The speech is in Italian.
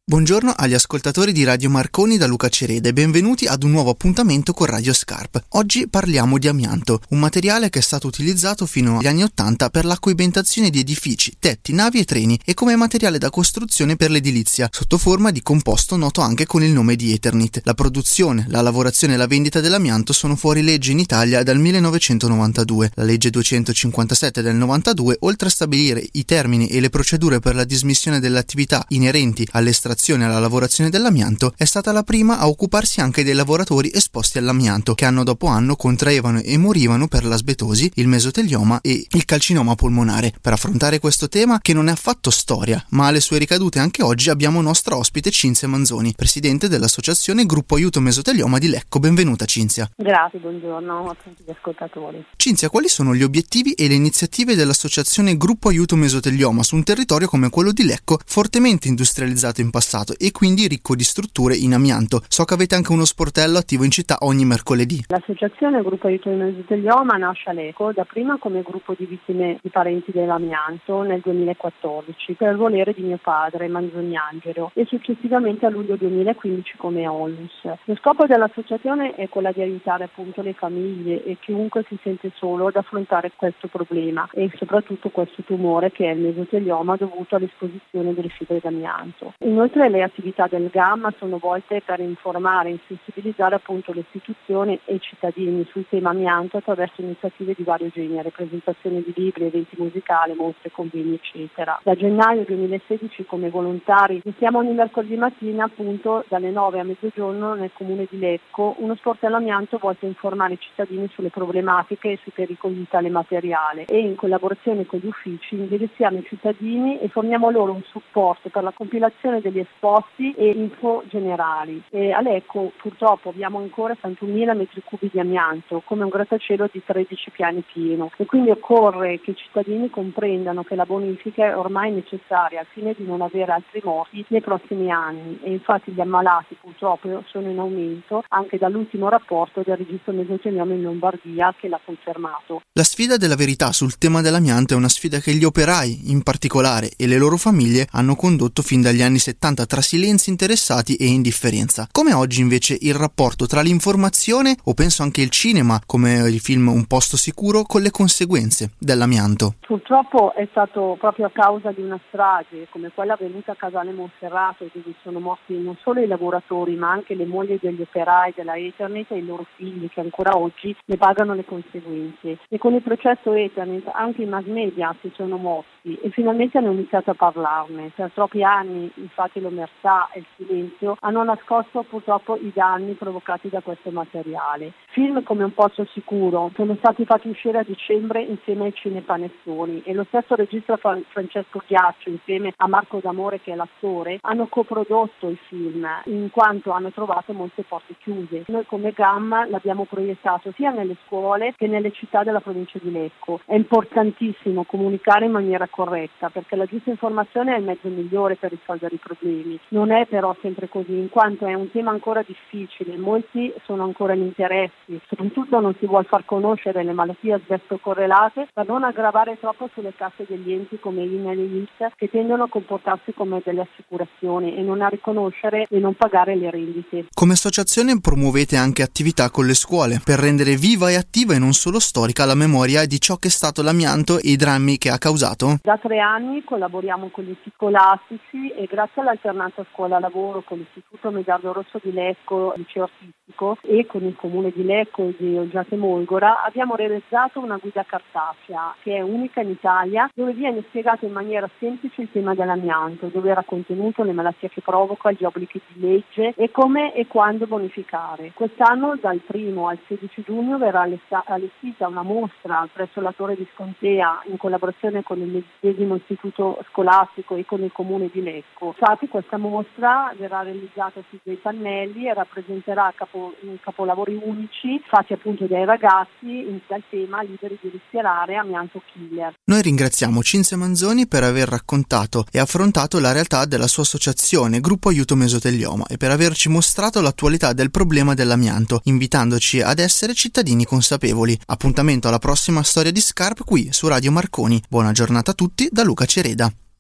Buongiorno agli ascoltatori di Radio Marconi da Luca Cereda e benvenuti ad un nuovo appuntamento con Radio Scarp. Oggi parliamo di amianto, un materiale che è stato utilizzato fino agli anni '80 per la coibentazione di edifici, tetti, navi e treni e come materiale da costruzione per l'edilizia, sotto forma di composto noto anche con il nome di Eternit. La produzione, la lavorazione e la vendita dell'amianto sono fuori legge in Italia dal 1992. La legge 257 del 92, oltre a stabilire i termini e le procedure per la dismissione delle attività inerenti all'estrazione e alla lavorazione dell'amianto, è stata la prima a occuparsi anche dei lavoratori esposti all'amianto, che anno dopo anno contraevano e morivano per l'asbetosi, il mesotelioma e il carcinoma polmonare. Per affrontare questo tema, che non è affatto storia, ma ha le sue ricadute anche oggi, abbiamo nostra ospite Cinzia Manzoni, presidente dell'associazione Gruppo Aiuto Mesotelioma di Lecco. Benvenuta Cinzia. Grazie, buongiorno a tutti gli ascoltatori. Cinzia, quali sono gli obiettivi e le iniziative dell'associazione Gruppo Aiuto Mesotelioma su un territorio come quello di Lecco, fortemente industrializzato in passato e quindi ricco di strutture in amianto? So che avete anche uno sportello attivo in città ogni mercoledì. L'associazione Gruppo Aiuto Mesotelioma nasce a Lecco dapprima come gruppo di vittime di parenti dell'amianto nel 2014 per volere di mio padre Manzoni Angelo e successivamente a luglio 2015 come ONLUS. Lo scopo dell'associazione è quello di aiutare appunto le famiglie e chiunque si sente solo ad affrontare questo problema e soprattutto questo tumore che è il mesotelioma dovuto all'esposizione delle fibre d'amianto. Inoltre le attività del GAM sono volte per informare e sensibilizzare appunto le istituzioni e i cittadini sul tema amianto attraverso iniziative di vario genere, presentazioni di libri, eventi musicali, mostre, convegni, eccetera. Da gennaio 2016 come volontari siamo ogni mercoledì mattina appunto dalle 9 a mezzogiorno nel comune di Lecco uno sportello amianto volto a informare i cittadini sulle problematiche e sui pericoli di tale materiale e in collaborazione con gli uffici indirizziamo i cittadini e forniamo loro un supporto per la compilazione degli esposti e info generali. E a Lecco purtroppo abbiamo ancora 61.000 metri cubi di amianto come un grattacielo di 13 piani pieno e quindi occorre che i cittadini comprendano che la bonifica è ormai necessaria al fine di non avere altri morti nei prossimi anni e infatti gli ammalati purtroppo sono in aumento anche dall'ultimo rapporto del registro mesotelioma in Lombardia che l'ha confermato. La sfida della verità sul tema dell'amianto è una sfida che gli operai in particolare e le loro famiglie hanno condotto fin dagli anni 70 tra silenzi interessati e indifferenza. Come oggi invece il rapporto tra l'informazione o penso anche il cinema come il film Un posto sicuro con le conseguenze dell'amianto? Purtroppo è stato proprio a causa di una strage come quella avvenuta a Casale Monferrato dove sono morti non solo i lavoratori ma anche le mogli degli operai della Eternit e i loro figli che ancora oggi ne pagano le conseguenze e con il processo Eternit anche i mass media si sono mossi e finalmente hanno iniziato a parlarne. Per troppi anni infatti l'omertà e il silenzio hanno nascosto purtroppo i danni provocati da questo materiale. Film come Un posto sicuro sono stati fatti uscire a dicembre insieme ai cinepanettoni e lo stesso regista Francesco Ghiaccio insieme a Marco D'Amore che è l'attore hanno coprodotto il film in quanto hanno trovato molte porte chiuse. Noi come GAM l'abbiamo proiettato sia nelle scuole che nelle città della provincia di Lecco. È importantissimo comunicare in maniera corretta perché la giusta informazione è il mezzo migliore per risolvere i problemi. Non è però sempre così in quanto è un tema ancora difficile, molti sono ancora in interessi, soprattutto non si vuol far conoscere le malattie asbesto correlate per non aggravare troppo sulle casse degli enti come l'INAIL e l'INPS che tendono a comportarsi come delle assicurazioni e non a riconoscere e non pagare le rendite. Come associazione promuovete anche attività con le scuole per rendere viva e attiva e non solo storica la memoria di ciò che è stato l'amianto e i drammi che ha causato? Da 3 anni collaboriamo con gli enti scolastici e grazie all'alternanza scuola-lavoro con l'Istituto Medardo Rosso di Lecco, liceo artistico e con il comune di Lecco e di Olgiate Molgora abbiamo realizzato una guida cartacea che è unica in Italia dove viene spiegato in maniera semplice il tema dell'amianto, dove era contenuto le malattie che provoca, gli obblighi di legge e come e quando bonificare. Quest'anno dal 1 al 16 giugno verrà allestita una mostra presso la Torre Viscontea in collaborazione con il medesimo istituto scolastico e con il comune di Lecco. Infatti questa mostra verrà realizzata su dei pannelli e rappresenterà capolavori unici fatti appunto dai ragazzi dal tema liberi di rischiarare amianto killer. Noi ringraziamo Cinzia Manzoni per aver raccontato e affrontato la realtà della sua associazione Gruppo Aiuto Mesotelioma e per averci mostrato l'attualità del problema dell'amianto, invitandoci ad essere cittadini consapevoli. Appuntamento alla prossima storia di Scarp qui su Radio Marconi. Buona giornata a tutti da Luca Cereda.